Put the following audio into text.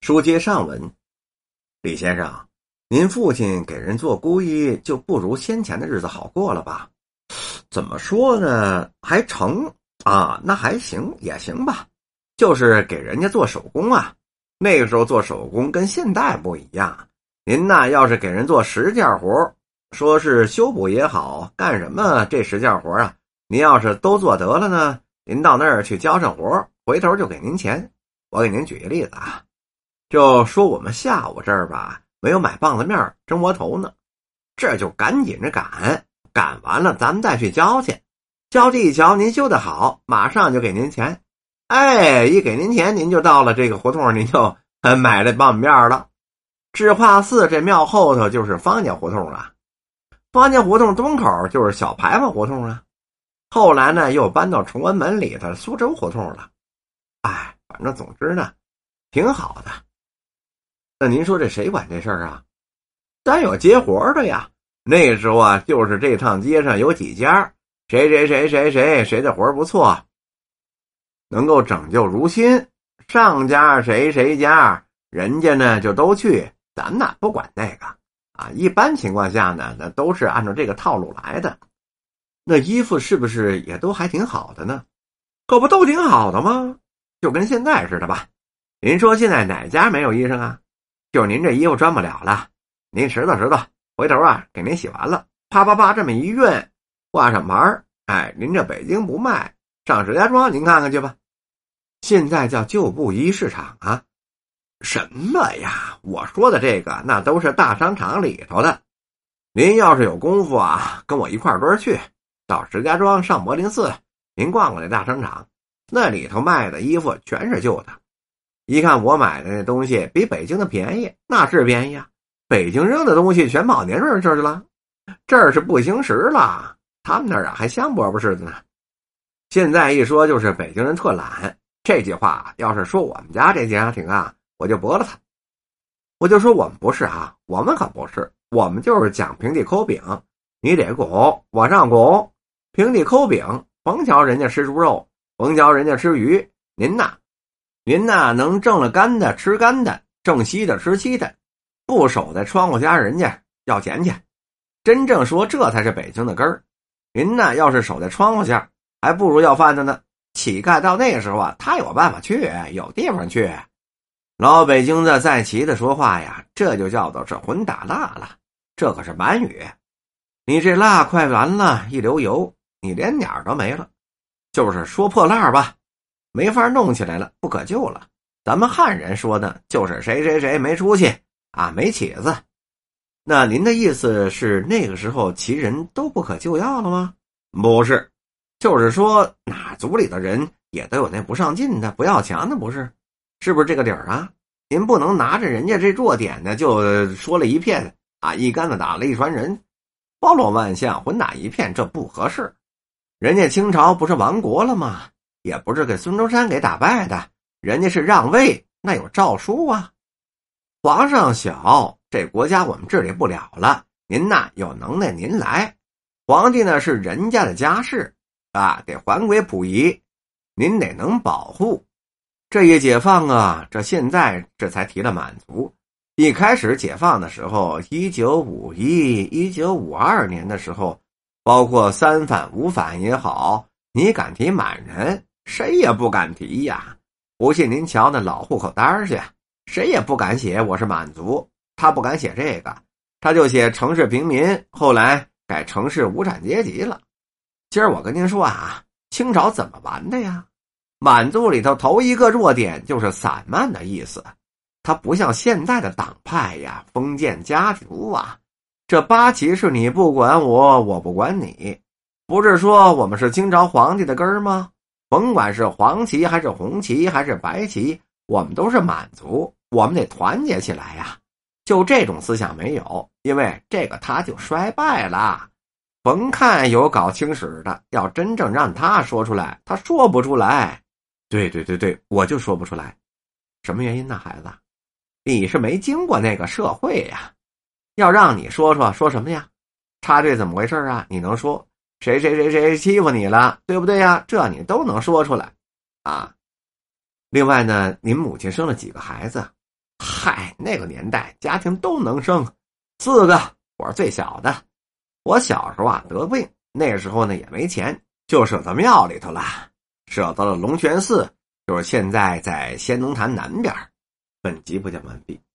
书接上文，李先生，您父亲给人做姑姨，就不如先前的日子好过了吧？怎么说呢？还成啊，那还行，也行吧。就是给人家做手工啊，那个时候做手工跟现代不一样。您呐，要是给人做10件活，说是修补也好，干什么这10件活啊，您要是都做得了呢，您到那儿去交上活，回头就给您钱。我给您举个例子啊。就说我们下午这儿吧，没有买棒子面蒸窝头呢，这就赶紧着赶，赶完了咱们再去交去。交际一瞧，您修得好，马上就给您钱。哎，一给您钱，您就到了这个胡同，您就买这棒子面了。智化寺这庙后头就是方家胡同啊，方家胡同东口就是小牌坊胡同啊。后来呢，又搬到崇文门里头苏州胡同了。哎，反正总之呢，挺好的。那您说这谁管这事儿啊？咱有接活的呀。那时候啊，就是这趟街上有几家，谁的活不错，能够拯救如新，上家谁家，人家呢就都去，咱呢不管那个啊。一般情况下呢，那都是按照这个套路来的。那衣服是不是也都还挺好的呢？可不都挺好的吗？就跟现在似的吧。您说现在哪家没有衣裳啊？就您这衣服穿不了了，您拾掇，回头啊给您洗完了，啪啪啪这么一熨，挂上牌，哎，您这北京不卖，上石家庄您看看去吧。现在叫旧布衣市场啊。什么呀？我说的这个那都是大商场里头的。您要是有功夫啊，跟我一块堆去，到石家庄上柏林寺，您逛逛那大商场，那里头卖的衣服全是旧的。一看我买的那东西比北京的便宜，那是便宜啊！北京扔的东西全跑年润这儿去了，这儿是不兴时了，他们那儿啊还香饽饽似的呢。现在一说就是北京人特懒，这句话要是说我们家这家庭啊，我就驳了他。我就说我们不是啊，我们可不是，我们就是讲平地抠饼，你得拱，我让拱，平地抠饼，甭瞧人家吃猪肉，甭瞧人家吃鱼，您呐能挣了干的吃干的，挣稀的吃稀的，不守在窗户家人家要钱去。真正说这才是北京的根儿。您呐要是守在窗户下，还不如要饭的呢。乞丐到那个时候啊，他有办法去，有地方去。老北京的再齐的说话呀，这就叫做是混打蜡了，这可是满语。你这蜡快完了，一流油，你连鸟都没了，就是说破烂吧，没法弄起来了，不可救了。咱们汉人说的就是谁没出息啊，没起子。那您的意思是那个时候旗人都不可救药了吗？不是，就是说哪族里的人也都有那不上进的不要强的，不是？是不是这个理儿啊？您不能拿着人家这弱点呢就说了一片啊，一竿子打了一船人，包罗万象，混打一片，这不合适。人家清朝不是亡国了吗？也不是给孙中山给打败的，人家是让位，那有诏书啊。皇上小，这国家我们治理不了了，您呐有能耐您来。皇帝呢是人家的家事啊，得还归溥仪，您得能保护。这一解放啊，这现在这才提了满族。一开始解放的时候，1951、1952年的时候，包括3反5反也好，你敢提满人，谁也不敢提呀。不信您瞧那老户口单去，谁也不敢写我是满族，他不敢写这个，他就写城市平民，后来改城市无产阶级了。今儿我跟您说啊，清朝怎么完的呀？满族里头头一个弱点就是散漫的意思，它不像现在的党派呀，封建家族啊。这八旗是你不管我，我不管你，不是说我们是清朝皇帝的根儿吗？甭管是黄旗还是红旗还是白旗，我们都是满族，我们得团结起来呀。就这种思想没有，因为这个他就衰败了。甭看有搞清史的，要真正让他说出来，他说不出来。对，我就说不出来。什么原因呢，孩子？你是没经过那个社会呀。要让你说什么呀？插队怎么回事啊？你能说谁欺负你了，对不对呀？这你都能说出来啊。另外呢，您母亲生了几个孩子？ 嗨，那个年代家庭都能生，4个，我是最小的。我小时候啊得病，那时候呢也没钱，就舍到庙里头了，舍到了龙泉寺，就是现在在仙农坛南边。本集播讲完毕。